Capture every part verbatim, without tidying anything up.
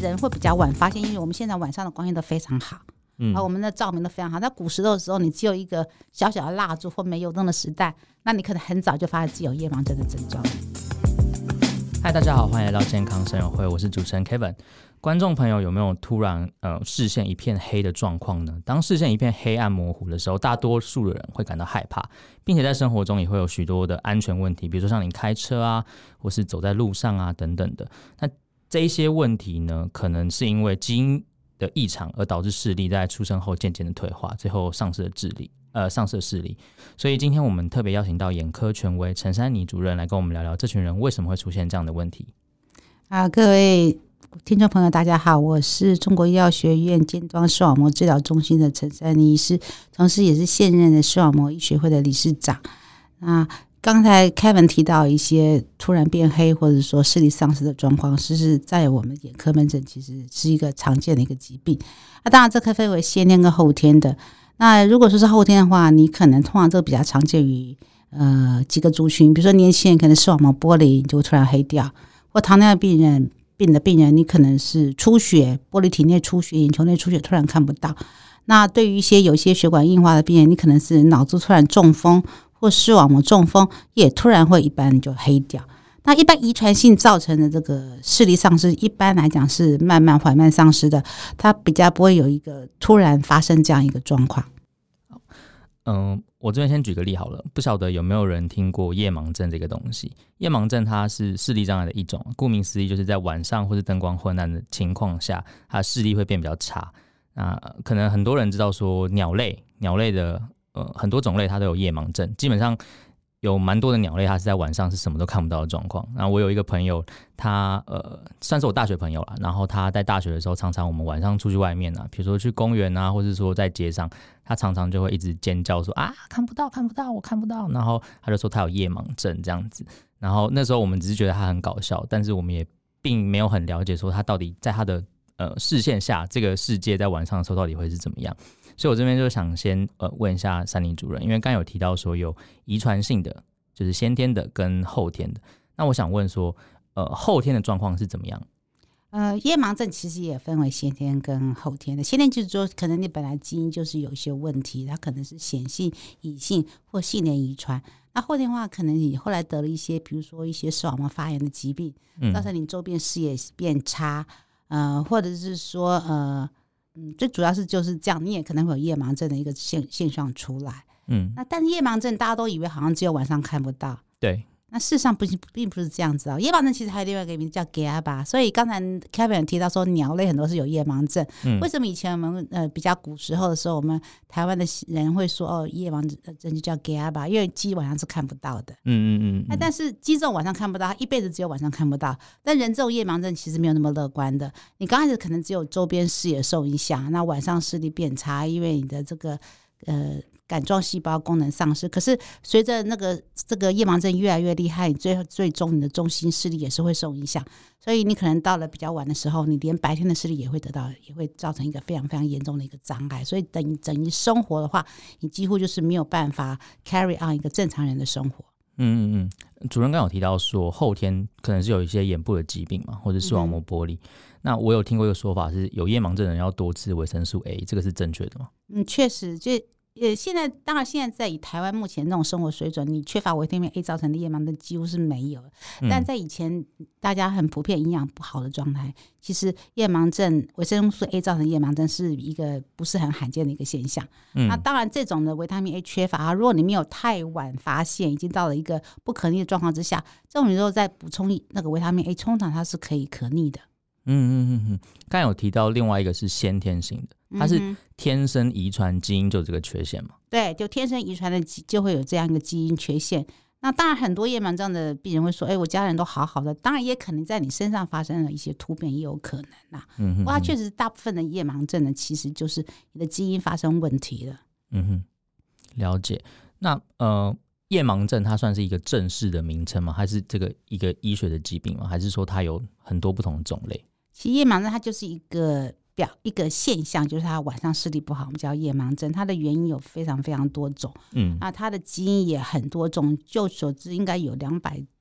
人会比较晚发现，因为我们现在晚上的光线都非常好，嗯，啊，我们的照明都非常好。在古时候的时候，你只有一个小小的蜡烛或没有灯的时代，那你可能很早就发现自己有夜盲症的症状。 嗨，大家好，欢迎来到健康生友会，我是主持人 Kevin。观众朋友有没有突然呃视线一片黑的状况呢？当视线一片黑暗模糊的时候，大多数的人会感到害怕，并且在生活中也会有许多的安全问题，比如说像你开车啊，或是走在路上啊等等的。那这一些问题呢，可能是因为基因的异常而导致视力在出生后渐渐的退化，最后丧失了智力。呃，丧失视力，所以今天我们特别邀请到眼科权威陈珊妮主任来跟我们聊聊这群人为什么会出现这样的问题。 啊，各位听众朋友大家好，我是中国医药学院尖端视网膜治疗中心的陈珊妮医师，同时也是现任的视网膜医学会的理事长。那刚才 Kevin 提到一些突然变黑或者说视力丧失的状况，是是在我们眼科门诊其实是一个常见的一个疾病。那当然这可以分为先天跟后天的。那如果说是后天的话，你可能通常这个比较常见于呃几个族群，比如说年轻人可能视网膜剥离就会突然黑掉，或糖尿病人病的病人，你可能是出血，玻璃体内出血、眼球内出血突然看不到。那对于一些有一些血管硬化的病人，你可能是脑子突然中风或视网膜中风，也突然会一般就黑掉。那一般遗传性造成的这个视力丧失，一般来讲是慢慢缓慢丧失的，它比较不会有一个突然发生这样一个状况。 嗯，我这边先举个例好了，不晓得有没有人听过夜盲症这个东西。夜盲症它是视力障碍的一种，顾名思义就是在晚上或是灯光昏暗的情况下，它的视力会变比较差。那可能很多人知道说鸟类，鸟类的呃很多种类它都有夜盲症，基本上有蛮多的鸟类它是在晚上是什么都看不到的状况。然后我有一个朋友，他呃算是我大学朋友啦，然后他在大学的时候，常常我们晚上出去外面啊，比如说去公园啊，或是说在街上，他常常就会一直尖叫说啊看不到看不到我看不到，然后他就说他有夜盲症这样子。然后那时候我们只是觉得他很搞笑，但是我们也并没有很了解说他到底在他的呃视线下，这个世界在晚上的时候到底会是怎么样。所以我这边就想先呃问一下珊妮主任，因为刚刚有提到说有遗传性的，就是先天的跟后天的。那我想问说，呃，后天的状况是怎么样？ 呃，夜盲症其实也分为先天跟后天的。先天就是说，可能你本来基因就是有一些问题，它可能是显性、隐性或性联遗传。那后天的话，可能你后来得了一些，比如说一些视网膜发炎的疾病，造成你周边视野变差，呃，或者是说呃。嗯，最主要是就是这样，你也可能会有夜盲症的一个现现象出来。嗯，那但是夜盲症大家都以为好像只有晚上看不到， 对， 那事实上不并不是这样子啊。夜盲症其实还有另外一个名字叫 G A B A， 所以刚才 Kevin 提到说鸟类很多是有夜盲症，嗯、为什么以前我们呃比较古时候的时候，我们台湾的人会说哦夜盲症就叫 G A B A， 因为鸡晚上是看不到的。嗯嗯嗯。那但是鸡这种晚上看不到，它一辈子只有晚上看不到。但人这种夜盲症其实没有那么乐观的，你刚开始可能只有周边视野受影响，那晚上视力变差，因为你的这个呃。感状细胞功能丧失，可是随着那个这个夜盲症越来越厉害，最后最终你的中心视力也是会受影响，所以你可能到了比较晚的时候，你连白天的视力也会得到，也会造成一个非常非常严重的一个障碍。所以等于等于生活的话，你几乎就是没有办法 carry on 一个正常人的生活。 嗯嗯嗯，主任刚有提到说后天可能是有一些眼部的疾病嘛，或者视网膜剥离。嗯、那我有听过一个说法是，有夜盲症的人要多吃维生素 A， 这个是正确的吗？ 嗯，确实就。呃，现在当然，现在在以台湾目前那种生活水准，你缺乏维他命 A 造成的夜盲症几乎是没有。嗯、但在以前大家很普遍营养不好的状态，其实夜盲症维生素 A 造成的夜盲症是一个不是很罕见的一个现象。嗯、那当然，这种的维他命 A 缺乏，如果你没有太晚发现，已经到了一个不可逆的状况之下，这种时候再补充那个维他命 A， 通常它是可以可逆的。 嗯嗯嗯嗯，刚才有提到另外一个是先天性的，它是天生遗传基因就有这个缺陷嘛？ 对，就天生遗传的就会有这样一个基因缺陷。那当然，很多夜盲症的病人会说：“哎，我家人都好好的。”当然，也可能在你身上发生了一些突变，也有可能啦。嗯哼哼，不过，它确实大部分的夜盲症呢，其实就是你的基因发生问题了。嗯哼，了解。那呃。夜盲症它算是一个正式的名称吗？还是这个一个医学的疾病吗？还是说它有很多不同的种类？ 其实夜盲症它就是一个表一个现象，就是它晚上视力不好，我们叫夜盲症。它的原因有非常非常多种，嗯，那它的基因也很多种，就所知应该有两百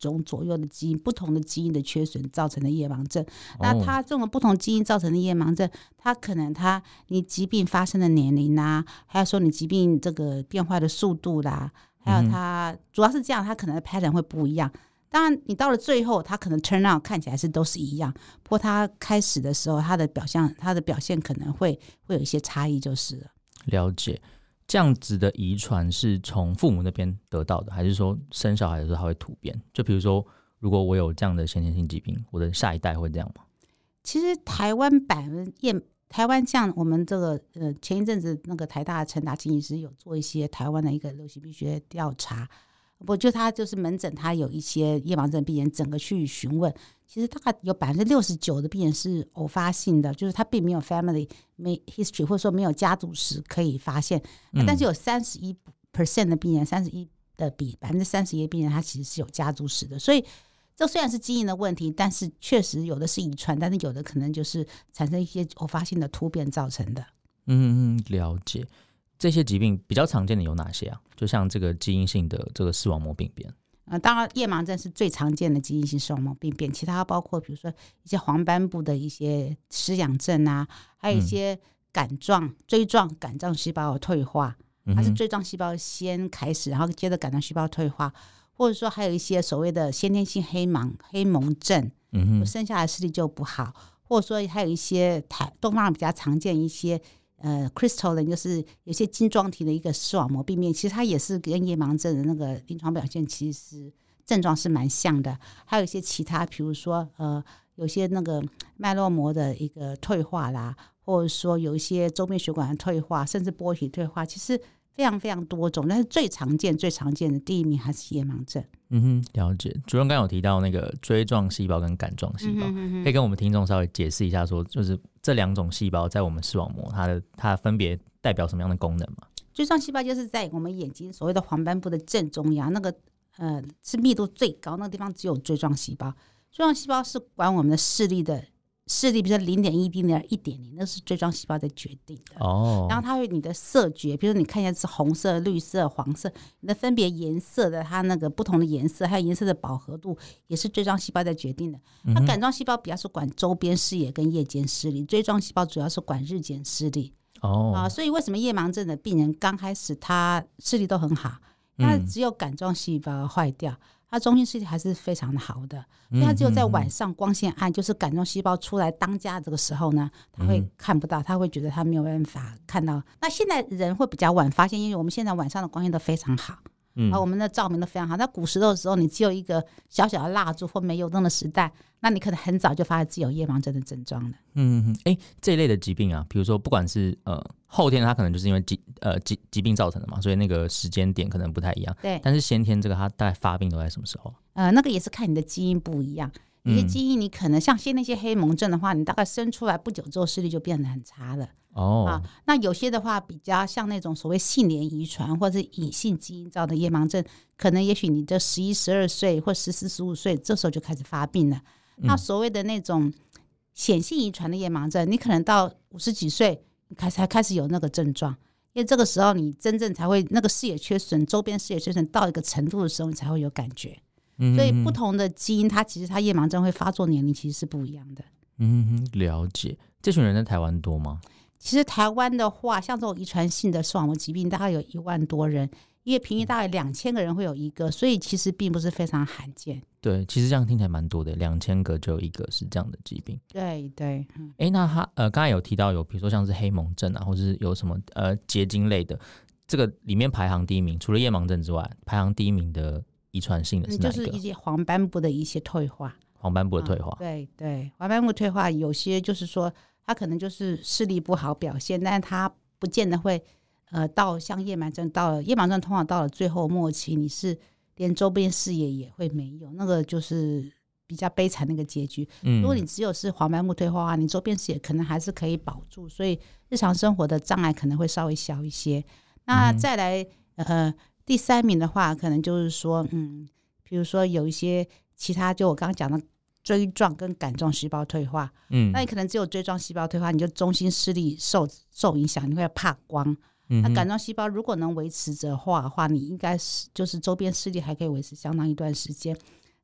种左右的基因，不同的基因的缺损造成的夜盲症。那它这种不同基因造成的夜盲症，它可能它你疾病发生的年龄啊，还有说你疾病这个变坏的速度啦，还有它主要是这样，它可能的 pattern 会不一样。当然你到了最后它可能 turn out 看起来是都是一样，不过它开始的时候它的表现它的表现可能会会有一些差异就是了。 了解。这样子的遗传是从父母那边得到的，还是说生小孩的时候他会突变？就比如说如果我有这样的先天性疾病，我的下一代会这样吗？ 其实台湾版夜台湾像我们这个呃前一阵子那个台大的陈达清医师有做一些台湾的一个流行病学调查，不就他就是门诊他有一些夜盲症病人整个去询问，其实大概有百分之六十九的病人是偶发性的，就是他并没有 family 没 history 或者说没有家族史可以发现，嗯、但是有三十一 percent 的病人，三十一的比百分之三十一的病人他其实是有家族史的，所以这虽然是基因的问题，但是确实有的是遗传，但是有的可能就是产生一些偶发性的突变造成的。 嗯，了解。这些疾病比较常见的有哪些啊？就像这个基因性的这个视网膜病变， 呃，当然夜盲症是最常见的基因性视网膜病变，其他包括比如说一些黄斑部的一些失养症啊，还有一些杆状、锥状杆状细胞的退化，它是锥状细胞先开始，然后接着杆状细胞退化，或者说还有一些所谓的先天性黑盲黑蒙症，嗯，生下来视力就不好，或者说还有一些台东方比较常见一些。呃 crystalline 就是有些晶状体的一个视网膜病变，其实它也是跟夜盲症的那个临床表现其实症状是蛮像的。还有一些其他比如说呃有些那个脉络膜的一个退化啦，或者说有一些周边血管的退化，甚至波体退化，其实非常非常多种，但是最常见最常见的第一名还是夜盲症。 嗯哼，了解。主任刚刚有提到那个锥状细胞跟杆状细胞，嗯哼嗯哼，可以跟我们听众稍微解释一下说，就是这两种细胞在我们视网膜它的它分别代表什么样的功能吗？ 锥状细胞就是在我们眼睛所谓的黄斑部的正中央，那个呃是密度最高，那个地方只有锥状细胞。锥状细胞是管我们的视力的视力，比如说零点一、零点一点零，那是锥状细胞在决定的。哦，然后它会你的色觉，比如说你看一下是红色、绿色、黄色，你的分别颜色的它那个不同的颜色，还有颜色的饱和度，也是锥状细胞在决定的。那杆状细胞比较是管周边视野跟夜间视力，锥状细胞主要是管日间视力。哦，啊，所以为什么夜盲症的病人刚开始他视力都很好，他只有杆状细胞坏掉。它中心视力还是非常好的，所以它只有在晚上光线暗，就是杆状细胞出来当家这个时候呢，他会看不到，他会觉得他没有办法看到。那现在人会比较晚发现，因为我们现在晚上的光线都非常好，嗯，我们的照明都非常好。那古时候的时候，你只有一个小小的蜡烛或没有灯的时代，那你可能很早就发现自己有夜盲症的症状了。 嗯，哎，这一类的疾病啊，比如说不管是呃后天它可能就是因为疾呃疾疾病造成的嘛，所以那个时间点可能不太一样。 对， 但是先天这个它大概发病都在什么时候？ 呃，那个也是看你的基因不一样。有些基因你可能像现在那些黑蒙症的话，你大概生出来不久之后视力就变得很差了。哦，啊，那有些的话比较像那种所谓性联遗传或者是隐性基因造的夜盲症，可能也许你的十一、十二岁或十四、十五岁这时候就开始发病了。嗯，那所谓的那种显性遗传的夜盲症，你可能到五十几岁才才开始有那个症状，因为这个时候你真正才会那个视野缺损，周边视野缺损到一个程度的时候，你才会有感觉。嗯，所以不同的基因，它其实它夜盲症会发作年龄其实是不一样的。 嗯，了解。这群人在台湾多吗？ 其实台湾的话，像这种遗传性的视网膜疾病，大概有一万多人，因为平均大概两千个人会有一个，所以其实并不是非常罕见。 对，其实这样听起来蛮多的，两千个就有一个是这样的疾病。 对对。 哎、嗯，那他呃，刚才有提到有，比如说像是黑蒙症啊，或者是有什么呃结晶类的，这个里面排行第一名，除了夜盲症之外，排行第一名的遗传性的是哪一个？ 就是一些黄斑部的一些退化。 黄斑部的退化。 啊、对对，黄斑部退化有些就是说，他可能就是视力不好表现，但是他不见得会呃到像夜盲症，到了夜盲症通常到了最后末期，你是连周边视野也会没有，那个就是比较悲惨的一个结局。嗯，如果你只有是黄斑部退化的话，你周边视野可能还是可以保住，所以日常生活的障碍可能会稍微小一些。那再来呃第三名的话，可能就是说嗯，比如说有一些其他，就我刚刚讲的锥状跟杆状细胞退化，嗯，那你可能只有锥状细胞退化，你就中心视力受受影响，你会怕光。嗯、那杆状细胞如果能维持着话的话，你应该是就是周边视力还可以维持相当一段时间。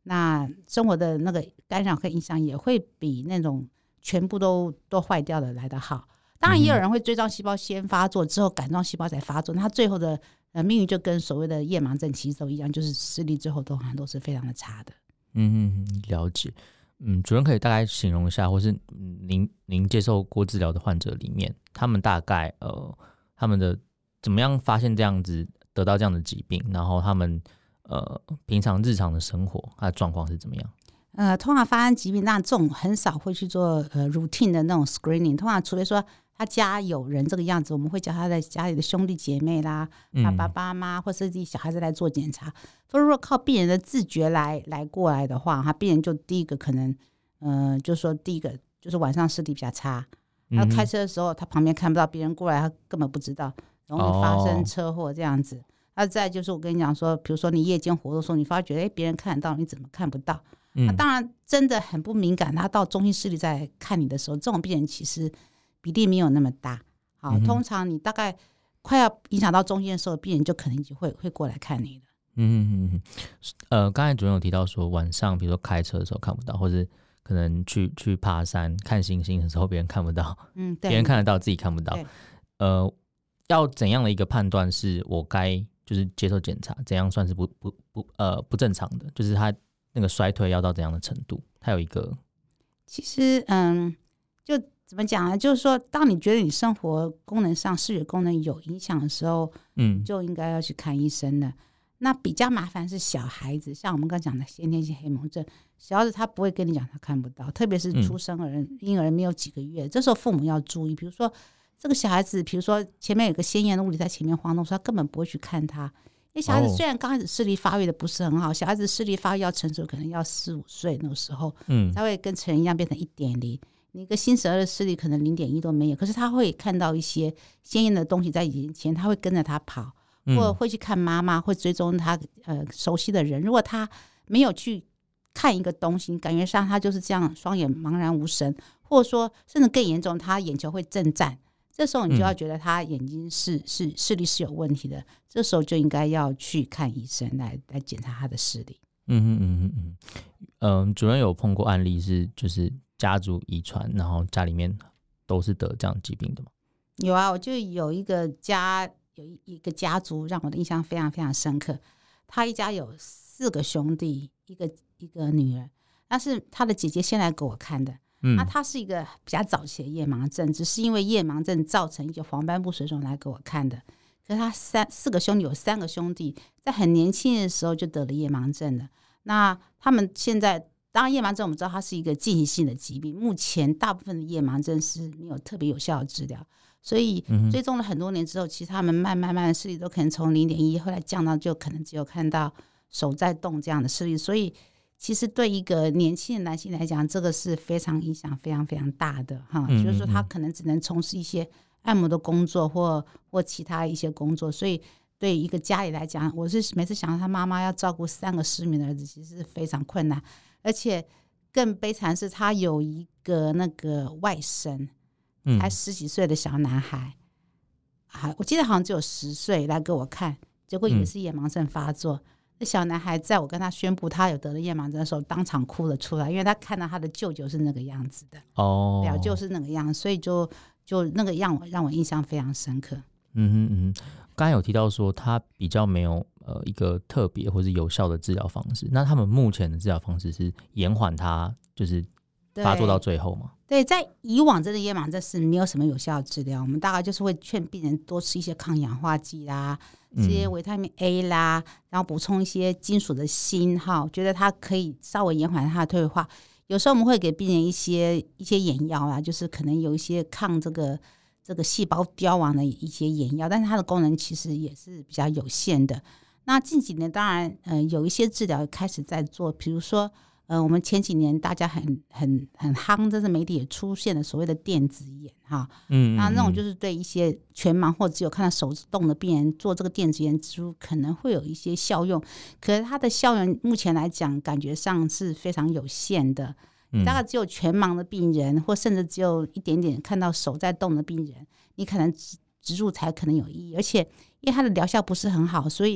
那生活的那个干扰和影响也会比那种全部都都坏掉的来得好。当然也有人会锥状细胞先发作之后杆状细胞才发作，那他最后的呃命运就跟所谓的夜盲症其实都一样，就是视力最后都好像都是非常的差的。 嗯，了解。嗯，主任可以大概形容一下，或是您您接受过治疗的患者里面，他们大概呃他们的怎么样发现这样子得到这样的疾病，然后他们呃平常日常的生活他的状况是怎么样？ 呃，通常发生疾病，那这种很少会去做呃 routine 的那种 screening， 通常除非说他家有人这个样子，我们会叫他的家里的兄弟姐妹啦、他爸爸妈或是自己小孩子来做检查。如果靠病人的自觉来来过来的话，他病人就第一个可能，呃，就是说第一个就是晚上视力比较差，他开车的时候他旁边看不到别人过来，他根本不知道，容易发生车祸这样子。那、哦、再就是我跟你讲说，比如说你夜间活动的时候，你发觉哎别人看得到，你怎么看不到？嗯、那当然真的很不敏感，他到中心视力在看你的时候，这种病人其实比例没有那么大。好，嗯、通常你大概快要影响到中心的时候，病人就可能就会会过来看你了。 嗯嗯嗯，呃，刚才主任有提到说，晚上比如说开车的时候看不到，或者可能去去爬山看星星的时候，别人看不到，嗯，对，别人看得到，自己看不到。呃，要怎样的一个判断是我该就是接受检查？怎样算是不不不呃不正常的？就是他那个衰退要到怎样的程度？他有一个， 其实嗯，就怎么讲呢？就是说，当你觉得你生活功能上视觉功能有影响的时候，嗯，就应该要去看医生了。那比较麻烦是小孩子，像我们刚刚讲的先天性黑蒙症，小孩子他不会跟你讲他看不到，特别是出生儿、嗯、婴儿没有几个月，这时候父母要注意。比如说这个小孩子，比如说前面有个鲜艳的物体在前面晃动，他根本不会去看他。因为小孩子虽然刚开始视力发育的不是很好，小孩子视力发育要成熟可能要四五岁那个时候，嗯，他会跟成人一样变成一点零。你一个新生儿的视力可能零点一都没有，可是他会看到一些鲜艳的东西在眼前，他会跟着他跑，或会去看妈妈，会追踪他呃熟悉的人。如果他没有去看一个东西，感觉上他就是这样双眼茫然无神，或者说甚至更严重，他眼球会震颤，这时候你就要觉得他眼睛是是视力是有问题的，这时候就应该要去看医生来来检查他的视力。 嗯嗯嗯嗯嗯，主任有碰过案例是就是家族遗传，然后家里面都是得这样疾病的吗？ 有啊，我就有一个家有一个家族让我的印象非常非常深刻。他一家有四个兄弟，一个一个女儿，但是他的姐姐先来给我看的。嗯，那他是一个比较早期的夜盲症，只是因为夜盲症造成一些黄斑部水肿来给我看的。可是他三四个兄弟有三个兄弟在很年轻的时候就得了夜盲症了。那他们现在当然夜盲症我们知道它是一个进行性的疾病，目前大部分的夜盲症是没有特别有效的治疗，所以追踪了很多年之后，其实他们慢慢慢慢视力都可能从零点一后来降到就可能只有看到手在动这样的视力。所以其实对一个年轻的男性来讲，这个是非常影响非常非常大的哈，就是说他可能只能从事一些按摩的工作或或其他一些工作，所以对一个家里来讲，我是每次想到他妈妈要照顾三个失明的儿子，其实是非常困难。而且更悲惨是他有一个那个外甥，才十几岁的小男孩，嗯、我记得好像只有十岁来给我看，结果也是夜盲症发作。嗯、那小男孩在我跟他宣布他有得了夜盲症的时候，当场哭了出来，因为他看到他的舅舅是那个样子的，哦，表舅是那个样子，所以就就那个让我让我印象非常深刻。 嗯哼嗯哼，刚才有提到说他比较没有呃一个特别或是有效的治疗方式，那他们目前的治疗方式是延缓他就是发作到最后吗？ 对，在以往真的夜盲症是没有什么有效的治疗，我们大概就是会劝病人多吃一些抗氧化剂啦，这些维他命 A 啦，然后补充一些金属的锌哈，觉得它可以稍微延缓它的退化。有时候我们会给病人一些一些眼药啊，就是可能有一些抗这个这个细胞凋亡的一些眼药，但是它的功能其实也是比较有限的。那近几年当然呃有一些治疗开始在做，比如说呃我们前几年大家很很很夯，这是媒体也出现了所谓的电子眼哈，嗯，那那种就是对一些全盲或只有看到手动的病人做这个电子眼植入可能会有一些效用，可是它的效用目前来讲感觉上是非常有限的。大概只有全盲的病人，或甚至只有一点点看到手在动的病人，你可能植入才可能有意义。而且因为它的疗效不是很好，所以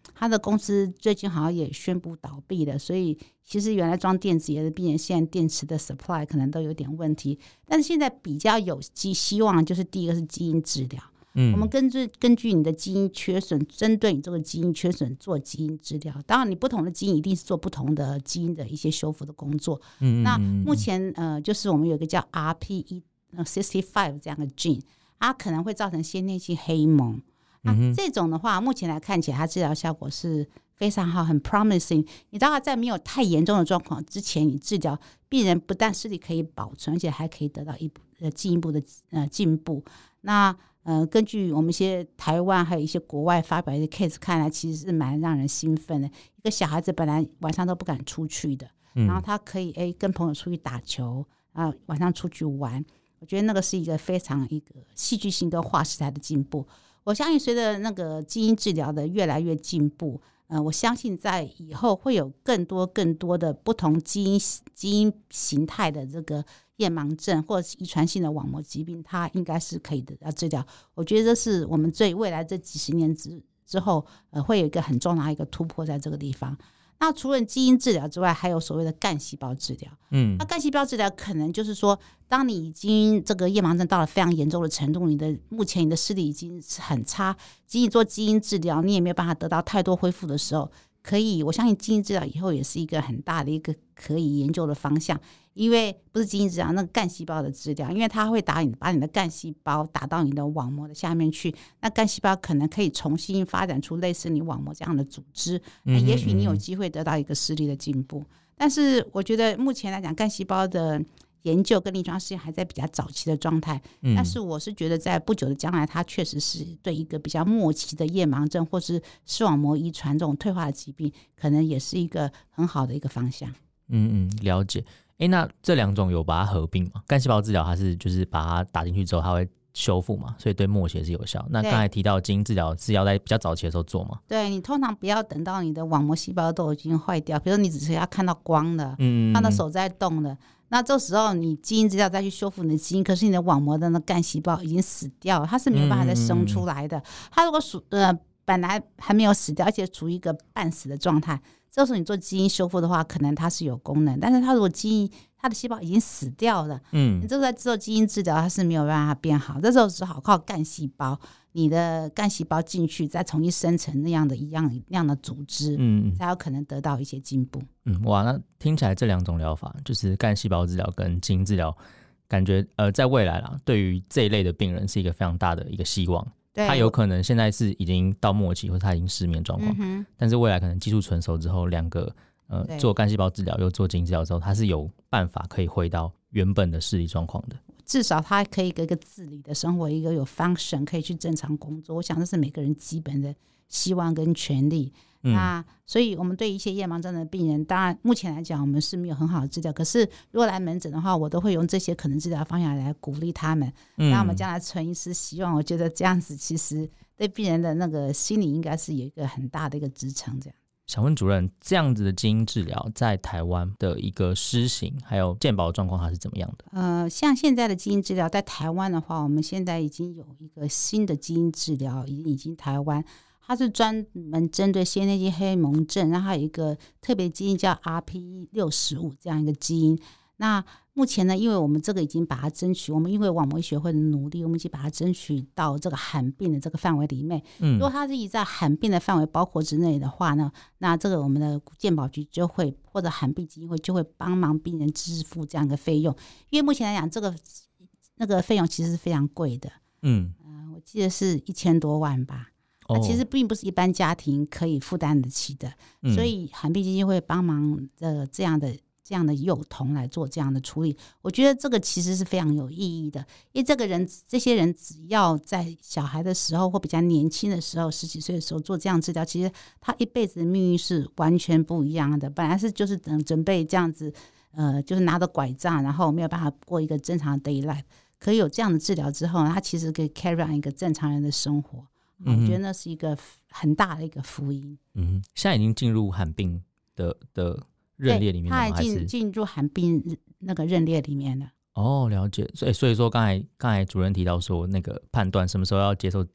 他的公司最近好像也宣布倒闭了，所以其实原来装电子烟的病人，现在电池的 supply 可能都有点问题。但是现在比较有希望，就是第一个是基因治疗。嗯，我们根据根据你的基因缺损，针对你这个基因缺损做基因治疗。当然，你不同的基因一定是做不同的基因的一些修复的工作。嗯，那目前呃，就是我们有一个叫 R P E 六十五这样的 gene， 它可能会造成先天性黑蒙。那、啊、这种的话，目前来看起来，它治疗效果是非常好，很 promising。你大概在没有太严重的状况之前，你治疗病人不但视力可以保存，而且还可以得到一呃进一步的呃进步。那呃，根据我们一些台湾还有一些国外发表的 case 看来，其实是蛮让人兴奋的。一个小孩子本来晚上都不敢出去的，嗯、然后他可以哎跟朋友出去打球，然后晚上出去玩。我觉得那个是一个非常一个戏剧性跟划时代的进步。我相信随着那个基因治疗的越来越进步，呃，我相信在以后会有更多更多的不同基因基因形态的这个夜盲症或者是遗传性的网膜疾病，它应该是可以得到治疗。我觉得这是我们最未来这几十年之之后，呃，会有一个很重要的一个突破在这个地方。那除了基因治疗之外，还有所谓的干细胞治疗。嗯，那干细胞治疗可能就是说，当你已经这个夜盲症到了非常严重的程度，你的目前你的视力已经是很差，仅仅做基因治疗，你也没有办法得到太多恢复的时候，可以，我相信基因治疗以后也是一个很大的一个可以研究的方向。因为不是基因治疗，那个干细胞的治疗，因为它会打你把你的干细胞打到你的网膜的下面去，那干细胞可能可以重新发展出类似你网膜这样的组织，那也许你有机会得到一个视力的进步。但是我觉得目前来讲，干细胞的研究跟临床试验还在比较早期的状态，但是我是觉得在不久的将来，它确实是对一个比较末期的夜盲症或是视网膜遗传这种退化的疾病，可能也是一个很好的一个方向。 嗯嗯，了解。哎，那这两种有把它合并吗？干细胞治疗它是就是把它打进去之后，它会修复嘛，所以对末期是有效。那刚才提到基因治疗是要在比较早期的时候做吗？ 对，你通常不要等到你的网膜细胞都已经坏掉，比如你只是要看到光的，嗯，看到手在动的，那这时候你基因治疗再去修复你的基因，可是你的网膜的那干细胞已经死掉了，它是没有办法再生出来的。嗯、它如果属呃本来还没有死掉，而且处于一个半死的状态，这时候你做基因修复的话，可能它是有功能，但是它如果基因它的细胞已经死掉了，嗯，你这个在做基因治疗，它是没有办法变好，这时候只好靠干细胞，你的干细胞进去，再重新生成那样的一样那样的组织，嗯，才有可能得到一些进步。 嗯，哇，那听起来这两种疗法，就是干细胞治疗跟基因治疗，感觉呃，在未来啦，对于这一类的病人是一个非常大的一个希望。他有可能现在是已经到末期，或者他已经失眠状况、嗯，但是未来可能技术成熟之后，两个呃做干细胞治疗又做基因治疗之后，他是有办法可以回到原本的视力状况的。 至少他可以一个自理的生活，一个有 function 可以去正常工作。我想这是每个人基本的希望跟权利。嗯、那所以我们对一些夜盲症的病人，当然目前来讲我们是没有很好的治疗，可是如果来门诊的话，我都会用这些可能治疗方向来鼓励他们，嗯、让我们将来陈医师希望，我觉得这样子其实对病人的那个心理应该是有一个很大的一个支撑。这样想问主任，这样子的基因治疗在台湾的一个施行还有健保状况它是怎么样的？ 呃，像现在的基因治疗在台湾的话，我们现在已经有一个新的基因治疗已经已经台湾，它是专门针对先天性黑蒙症，然后还有一个特别基因叫 R P E 六十五 这样一个基因。那目前呢，因为我们这个已经把它争取，我们因为网膜医学会的努力，我们已经把它争取到这个罕病的这个范围里面。嗯，如果它是以在罕病的范围包括之内的话呢，那这个我们的健保局就会或者罕病基金会就会帮忙病人支付这样一个费用。因为目前来讲，这个那个费用其实是非常贵的。嗯，呃、我记得是一千多万吧。那其实并不是一般家庭可以负担得起的，嗯、所以罕病基金会帮忙的这样的这样的幼童来做这样的处理。我觉得这个其实是非常有意义的，因为这个人这些人只要在小孩的时候或比较年轻的时候，十几岁的时候做这样治疗，其实他一辈子的命运是完全不一样的。本来是就是等准备这样子，呃，就是拿着拐杖，然后没有办法过一个正常的 day life， 可以有这样的治疗之后，他其实可以 carry on 一个正常人的生活。我觉得那是一个很大的一个福音。 嗯，现在已经进入罕病的的认列里面了吗？ 它已经进入罕病那个认列里面了。 哦，了解。所以所以说刚才刚才主任提到说那个判断什么时候要接受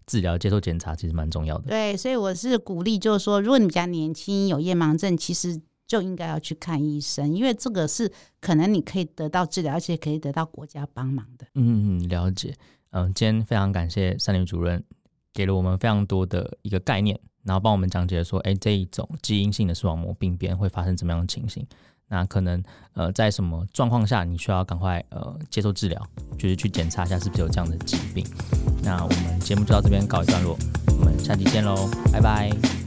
治疗、接受检查，其实蛮重要的。 对，所以我是鼓励，就是说，如果你比较年轻有夜盲症，其实就应该要去看医生，因为这个是可能你可以得到治疗，而且可以得到国家帮忙的。 嗯嗯，了解。嗯，今天非常感谢珊妮主任给了我们非常多的一个概念，然后帮我们讲解说，哎，这一种基因性的视网膜病变会发生怎么样的情形？那可能呃，在什么状况下你需要赶快呃接受治疗，就是去检查一下是不是有这样的疾病。那我们节目就到这边告一段落，我们下期见喽，拜拜。